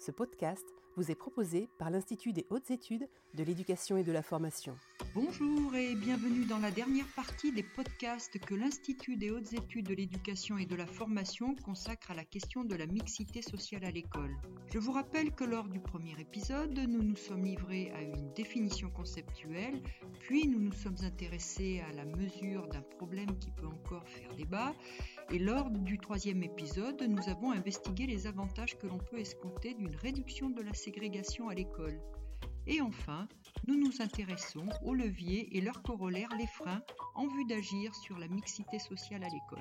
Ce podcast vous est proposé par l'Institut des hautes études de l'éducation et de la formation. Bonjour et bienvenue dans la dernière partie des podcasts que l'Institut des hautes études de l'éducation et de la formation consacre à la question de la mixité sociale à l'école. Je vous rappelle que lors du premier épisode, nous nous sommes livrés à une définition conceptuelle, puis nous nous sommes intéressés à la mesure d'un problème qui peut encore faire débat, et lors du troisième épisode, nous avons investigué les avantages que l'on peut escompter d'une réduction de la ségrégation à l'école. Et enfin, nous nous intéressons aux leviers et leurs corollaires, les freins, en vue d'agir sur la mixité sociale à l'école.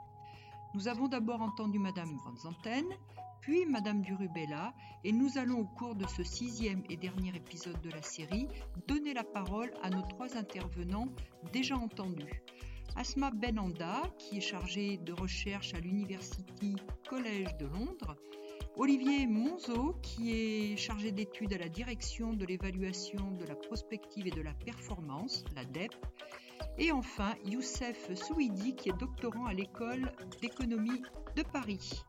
Nous avons d'abord entendu Madame Van Zanten, puis Madame Durubella, et nous allons au cours de ce 6e et dernier épisode de la série donner la parole à nos 3 intervenants déjà entendus. Asma Benanda, qui est chargée de recherche à l'University College de Londres, Olivier Monzo, qui est chargé d'études à la direction de l'évaluation de la prospective et de la performance, la DEP, et enfin Youssef Souidi, qui est doctorant à l'école d'économie de Paris.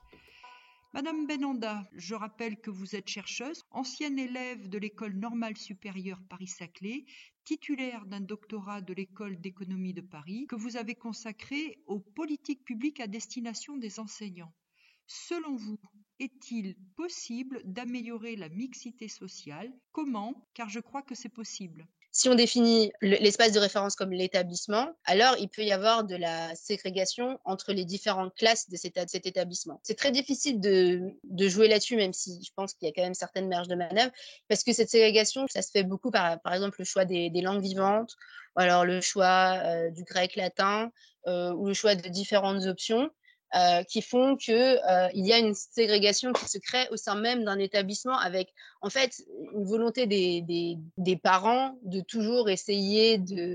Madame Benanda, je rappelle que vous êtes chercheuse, ancienne élève de l'école normale supérieure Paris-Saclay, titulaire d'un doctorat de l'école d'économie de Paris, que vous avez consacré aux politiques publiques à destination des enseignants. Selon vous, est-il possible d'améliorer la mixité sociale ? Comment ? Car je crois que c'est possible. Si on définit l'espace de référence comme l'établissement, alors il peut y avoir de la ségrégation entre les différentes classes de cet établissement. C'est très difficile de jouer là-dessus, même si je pense qu'il y a quand même certaines marges de manœuvre, parce que cette ségrégation, ça se fait beaucoup par exemple le choix des langues vivantes, ou alors le choix du grec-latin, ou le choix de différentes options. Qui font qu'il y a une ségrégation qui se crée au sein même d'un établissement avec en fait une volonté des parents de toujours essayer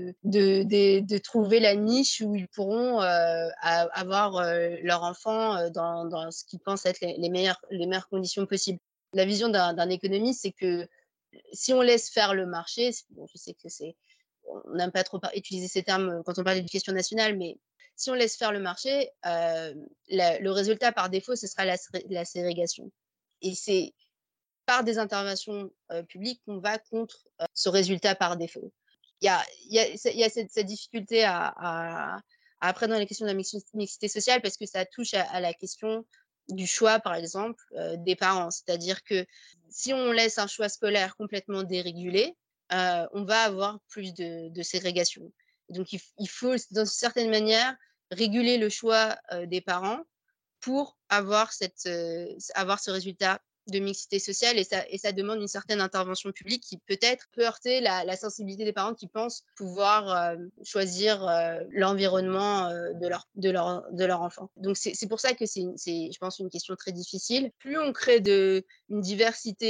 de trouver la niche où ils pourront avoir leur enfant dans ce qu'ils pensent être les meilleures conditions possibles. La vision d'un économiste, c'est que si on laisse faire le marché, bon, je sais que on n'aime pas trop utiliser ces termes quand on parle d'éducation nationale, mais si on laisse faire le marché, le résultat par défaut, ce sera la ségrégation. Et c'est par des interventions publiques qu'on va contre ce résultat par défaut. Il y a cette difficulté à après dans la question de la mixité sociale, parce que ça touche à la question du choix, par exemple, des parents. C'est-à-dire que si on laisse un choix scolaire complètement dérégulé, on va avoir plus de ségrégation. Donc, il faut, d'une certaine manière, réguler le choix des parents pour avoir ce résultat de mixité sociale, et ça demande une certaine intervention publique qui peut-être peut heurter la sensibilité des parents qui pensent pouvoir choisir l'environnement de leur enfant. Donc c'est pour ça que c'est je pense une question très difficile. Plus on crée une diversité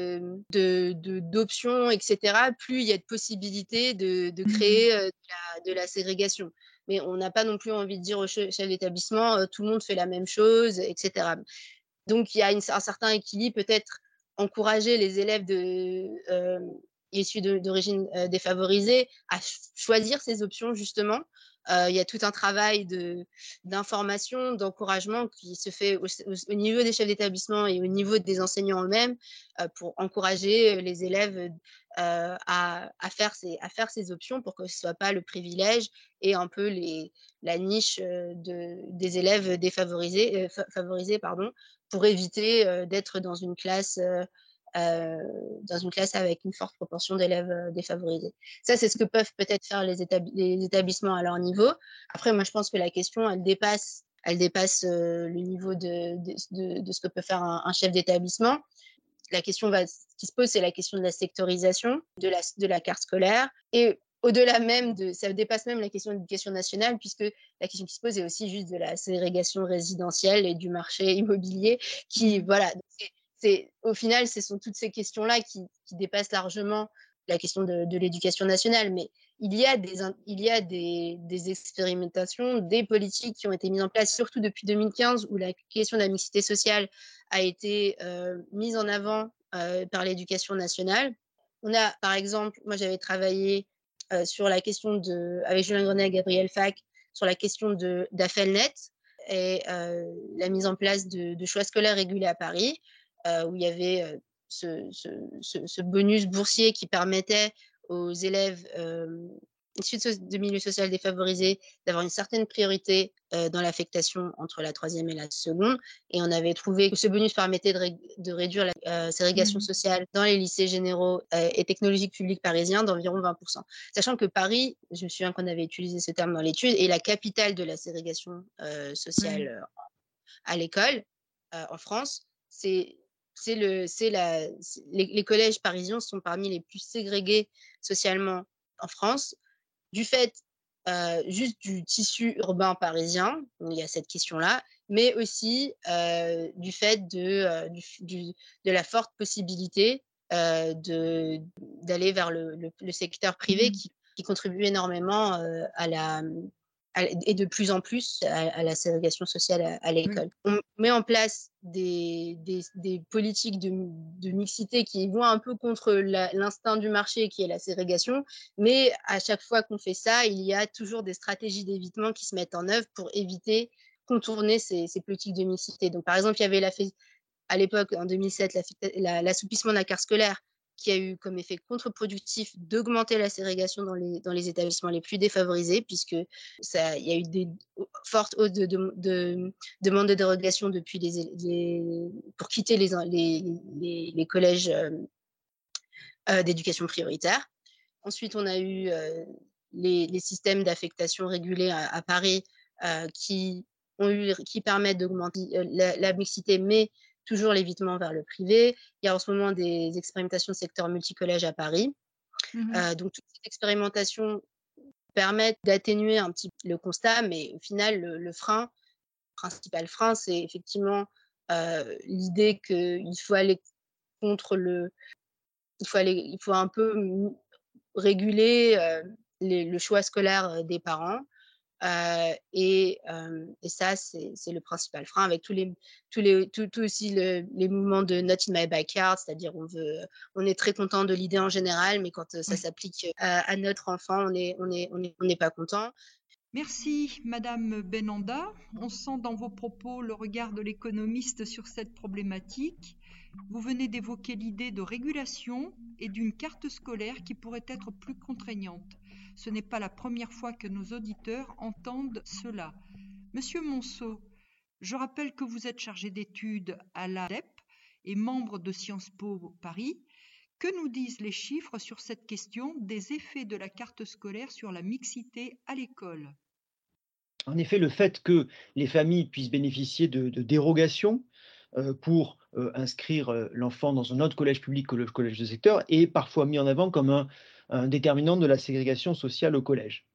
d'options, etc., plus il y a de possibilités de créer de la ségrégation. Mais on n'a pas non plus envie de dire au chef d'établissement tout le monde fait la même chose, etc. Donc, il y a un certain équilibre, peut-être encourager les élèves issus d'origine défavorisée à choisir ces options, justement. Il y a tout un travail d'information, d'encouragement qui se fait au niveau des chefs d'établissement et au niveau des enseignants eux-mêmes pour encourager les élèves à faire ces options pour que ce ne soit pas le privilège et un peu la niche des élèves favorisés, pour éviter d'être dans une classe avec une forte proportion d'élèves défavorisés. Ça, c'est ce que peuvent peut-être faire les établissements à leur niveau. Après, moi, je pense que la question, elle dépasse le niveau de ce que peut faire un chef d'établissement. La question qui se pose, c'est la question de la sectorisation de la carte scolaire, et au-delà même ça dépasse même la question de l'éducation nationale, puisque la question qui se pose est aussi juste de la ségrégation résidentielle et du marché immobilier qui, voilà, au final, ce sont toutes ces questions-là qui dépassent largement la question de l'éducation nationale. Mais il y a des expérimentations, des politiques qui ont été mises en place, surtout depuis 2015, où la question de la mixité sociale a été mise en avant par l'éducation nationale. On a, par exemple, moi j'avais travaillé sur la question avec Julien Grenet et Gabriel Fac, sur la question d'Affelnet et la mise en place de choix scolaires régulés à Paris. où il y avait ce bonus boursier qui permettait aux élèves issus de milieux sociaux défavorisés d'avoir une certaine priorité dans l'affectation entre la troisième et la seconde. Et on avait trouvé que ce bonus permettait de réduire la ségrégation Mmh. sociale dans les lycées généraux et technologiques publics parisiens d'environ 20%. Sachant que Paris, je me souviens qu'on avait utilisé ce terme dans l'étude, est la capitale de la ségrégation sociale Oui. à l'école en France. Les collèges parisiens sont parmi les plus ségrégés socialement en France, du fait juste du tissu urbain parisien, où il y a cette question-là, mais aussi du fait de la forte possibilité d'aller vers le secteur privé Mmh. qui contribue énormément et de plus en plus à la ségrégation sociale à Oui. l'école. On met en place des politiques de mixité qui vont un peu contre l'instinct du marché qui est la ségrégation, mais à chaque fois qu'on fait ça, il y a toujours des stratégies d'évitement qui se mettent en œuvre pour éviter, contourner ces politiques de mixité. Donc, par exemple, il y avait à l'époque, en 2007, l'assouplissement de la carte scolaire qui a eu comme effet contre-productif d'augmenter la ségrégation dans les établissements les plus défavorisés, puisque il y a eu des fortes hausses de demandes de dérogation depuis pour quitter les collèges d'éducation prioritaire. Ensuite, on a eu les systèmes d'affectation régulés à Paris qui permettent d'augmenter la mixité, mais toujours l'évitement vers le privé. Il y a en ce moment des expérimentations de secteur multicollège à Paris. Mmh. Donc, toutes ces expérimentations permettent d'atténuer un petit peu le constat, mais au final, le principal frein, c'est effectivement l'idée qu'il faut aller contre il faut un peu réguler le choix scolaire des parents. Et ça, c'est le principal frein avec tout aussi les mouvements de not in my backyard, c'est-à-dire on est très content de l'idée en général, mais quand ça Oui. s'applique à notre enfant, on n'est pas content. Merci Madame Benanda. On sent dans vos propos le regard de l'économiste sur cette problématique. Vous venez d'évoquer l'idée de régulation et d'une carte scolaire qui pourrait être plus contraignante. Ce n'est pas la première fois que nos auditeurs entendent cela. Monsieur Monceau, je rappelle que vous êtes chargé d'études à l'ADEP et membre de Sciences Po Paris. Que nous disent les chiffres sur cette question des effets de la carte scolaire sur la mixité à l'école? En effet, le fait que les familles puissent bénéficier de dérogations pour inscrire l'enfant dans un autre collège public que le collège de secteur est parfois mis en avant comme un déterminant de la ségrégation sociale au collège.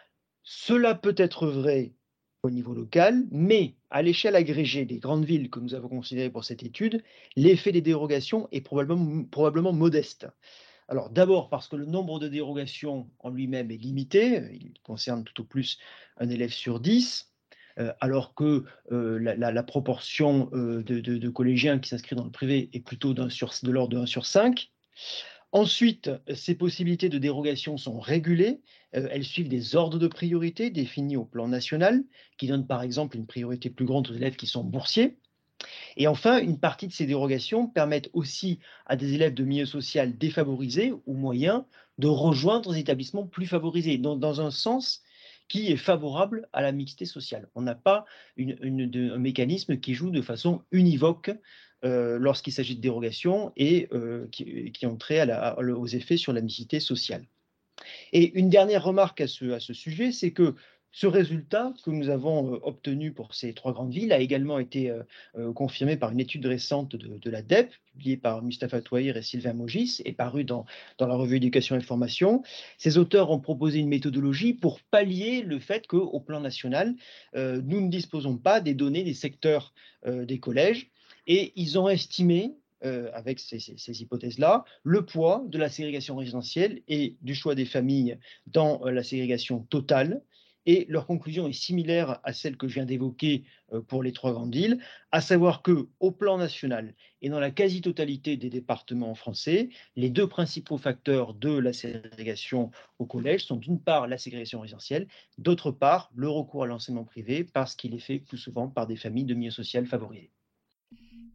Cela peut être vrai au niveau local, mais à l'échelle agrégée des grandes villes que nous avons considérées pour cette étude, l'effet des dérogations est probablement modeste. Alors d'abord parce que le nombre de dérogations en lui-même est limité, il concerne tout au plus un élève sur 10, alors que la proportion de collégiens qui s'inscrivent dans le privé est plutôt de l'ordre de 1 sur 5. Ensuite, ces possibilités de dérogation sont régulées, elles suivent des ordres de priorité définis au plan national, qui donnent par exemple une priorité plus grande aux élèves qui sont boursiers. Et enfin, une partie de ces dérogations permettent aussi à des élèves de milieu social défavorisés ou moyens de rejoindre des établissements plus favorisés, dans un sens qui est favorable à la mixité sociale. On n'a pas un mécanisme qui joue de façon univoque lorsqu'il s'agit de dérogations et qui ont trait aux effets sur la mixité sociale. Et une dernière remarque à ce sujet, c'est que ce résultat que nous avons obtenu pour ces trois grandes villes a également été confirmé par une étude récente de la DEP, publiée par Mustapha Touahir et Sylvain Mogis, et parue dans la revue Éducation et Formation. Ces auteurs ont proposé une méthodologie pour pallier le fait qu'au plan national, nous ne disposons pas des données des secteurs des collèges, et ils ont estimé avec ces hypothèses-là, le poids de la ségrégation résidentielle et du choix des familles dans la ségrégation totale. Et leur conclusion est similaire à celle que je viens d'évoquer pour les trois grandes villes, à savoir qu'au plan national et dans la quasi-totalité des départements français, les deux principaux facteurs de la ségrégation au collège sont d'une part la ségrégation résidentielle, d'autre part le recours à l'enseignement privé parce qu'il est fait plus souvent par des familles de milieu social favorisé.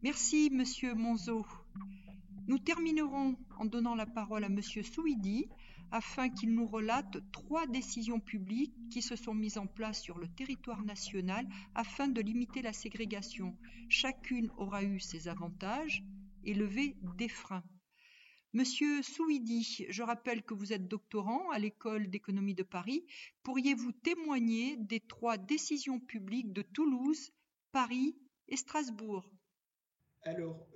Merci, Monsieur Monzeau. Nous terminerons en donnant la parole à Monsieur Souidi afin qu'il nous relate 3 décisions publiques qui se sont mises en place sur le territoire national afin de limiter la ségrégation. Chacune aura eu ses avantages et levé des freins. Monsieur Souidi, je rappelle que vous êtes doctorant à l'École d'économie de Paris. Pourriez-vous témoigner des 3 décisions publiques de Toulouse, Paris et Strasbourg? Alors,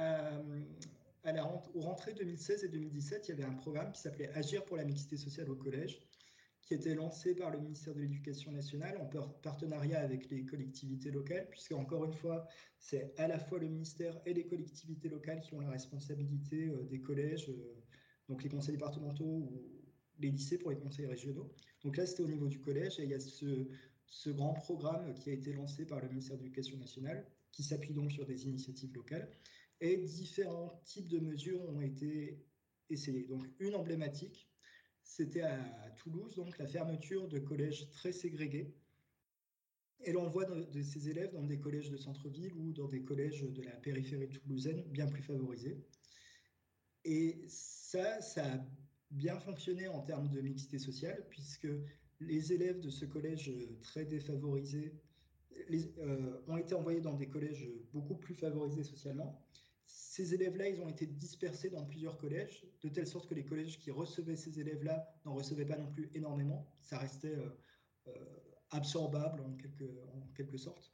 aux rentrées 2016 et 2017, il y avait un programme qui s'appelait Agir pour la mixité sociale au collège, qui était lancé par le ministère de l'Éducation nationale en partenariat avec les collectivités locales, puisque, encore une fois, c'est à la fois le ministère et les collectivités locales qui ont la responsabilité des collèges, donc les conseils départementaux ou les lycées pour les conseils régionaux. Donc là, c'était au niveau du collège, et il y a ce grand programme qui a été lancé par le ministère de l'Éducation nationale, qui s'appuie donc sur des initiatives locales, et différents types de mesures ont été essayées. Donc une emblématique, c'était à Toulouse, donc la fermeture de collèges très ségrégés, et l'envoi de ces élèves dans des collèges de centre-ville ou dans des collèges de la périphérie toulousaine bien plus favorisés. Et ça a bien fonctionné en termes de mixité sociale, puisque les élèves de ce collège très défavorisé ont été envoyés dans des collèges beaucoup plus favorisés socialement. Ces élèves-là, ils ont été dispersés dans plusieurs collèges, de telle sorte que les collèges qui recevaient ces élèves-là n'en recevaient pas non plus énormément. Ça restait absorbable en quelque sorte.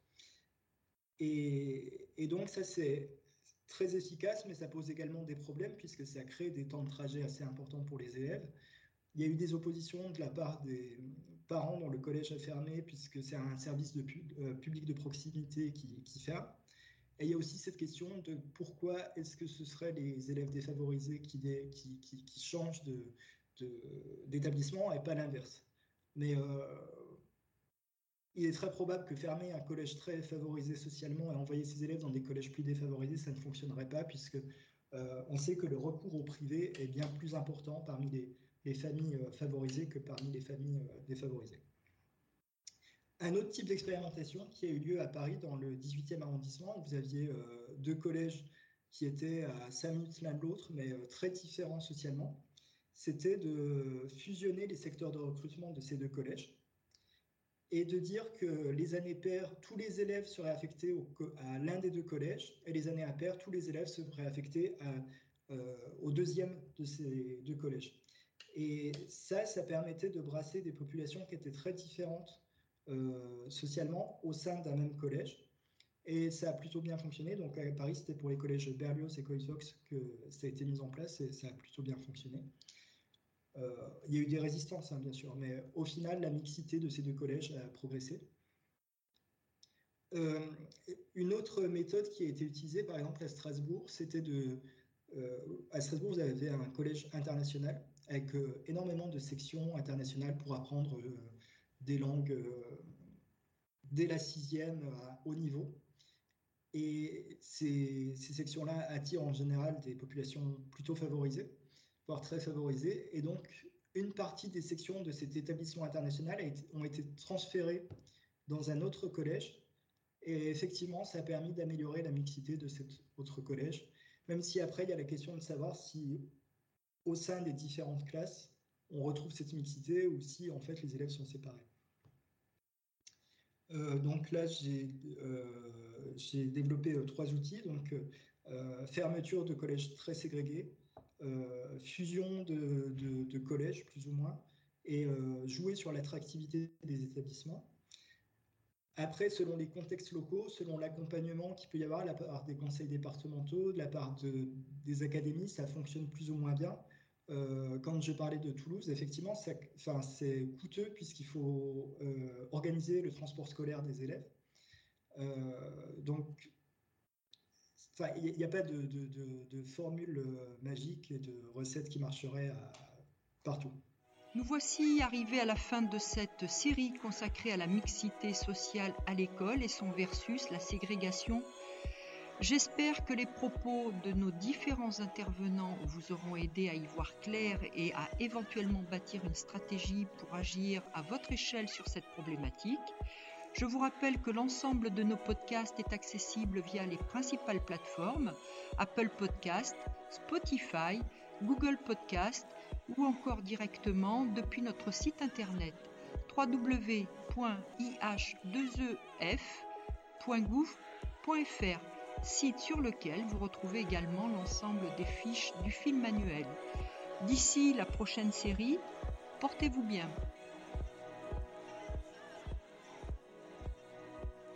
Et donc ça, c'est très efficace, mais ça pose également des problèmes, puisque ça crée des temps de trajet assez importants pour les élèves. Il y a eu des oppositions de la part des parents dont le collège a fermé, puisque c'est un service public de proximité qui ferme. Et il y a aussi cette question de pourquoi est-ce que ce seraient les élèves défavorisés qui changent d'établissement et pas l'inverse. Mais il est très probable que fermer un collège très favorisé socialement et envoyer ses élèves dans des collèges plus défavorisés, ça ne fonctionnerait pas, puisque on sait que le recours au privé est bien plus important parmi les familles favorisées que parmi les familles défavorisées. Un autre type d'expérimentation qui a eu lieu à Paris dans le 18e arrondissement, où vous aviez 2 collèges qui étaient à 5 minutes l'un de l'autre, mais très différents socialement, c'était de fusionner les secteurs de recrutement de ces 2 collèges et de dire que les années paires, tous les élèves seraient affectés à l'un des 2 collèges, et les années impaires, tous les élèves seraient affectés au deuxième de ces 2 collèges. Et ça permettait de brasser des populations qui étaient très différentes socialement au sein d'un même collège, et ça a plutôt bien fonctionné. Donc à Paris, c'était pour les collèges Berlioz et Colfox que ça a été mis en place, et ça a plutôt bien fonctionné. Il y a eu des résistances, hein, bien sûr, mais au final, la mixité de ces 2 collèges a progressé. Une autre méthode qui a été utilisée, par exemple à Strasbourg, c'était à Strasbourg, vous avez un collège international avec énormément de sections internationales pour apprendre des langues dès la 6e à haut niveau. Et ces sections-là attirent en général des populations plutôt favorisées, voire très favorisées. Et donc, une partie des sections de cet établissement international ont été transférées dans un autre collège. Et effectivement, ça a permis d'améliorer la mixité de cet autre collège, même si après, il y a la question de savoir si, au sein des différentes classes, on retrouve cette mixité ou si, en fait, les élèves sont séparés. Donc là, j'ai développé 3 outils. Donc, fermeture de collèges très ségrégés, fusion de collèges, plus ou moins, et jouer sur l'attractivité des établissements. Après, selon les contextes locaux, selon l'accompagnement qu'il peut y avoir de la part des conseils départementaux, de la part des académies, ça fonctionne plus ou moins bien. Quand je parlais de Toulouse, effectivement, c'est coûteux puisqu'il faut organiser le transport scolaire des élèves. Donc, il n'y a pas de formule magique et de recette qui marcherait partout. Nous voici arrivés à la fin de cette série consacrée à la mixité sociale à l'école et son versus la ségrégation. J'espère que les propos de nos différents intervenants vous auront aidé à y voir clair et à éventuellement bâtir une stratégie pour agir à votre échelle sur cette problématique. Je vous rappelle que l'ensemble de nos podcasts est accessible via les principales plateformes Apple Podcast, Spotify, Google Podcast ou encore directement depuis notre site internet www.ih2ef.gouv.fr, site sur lequel vous retrouvez également l'ensemble des fiches du film manuel. D'ici la prochaine série, portez-vous bien.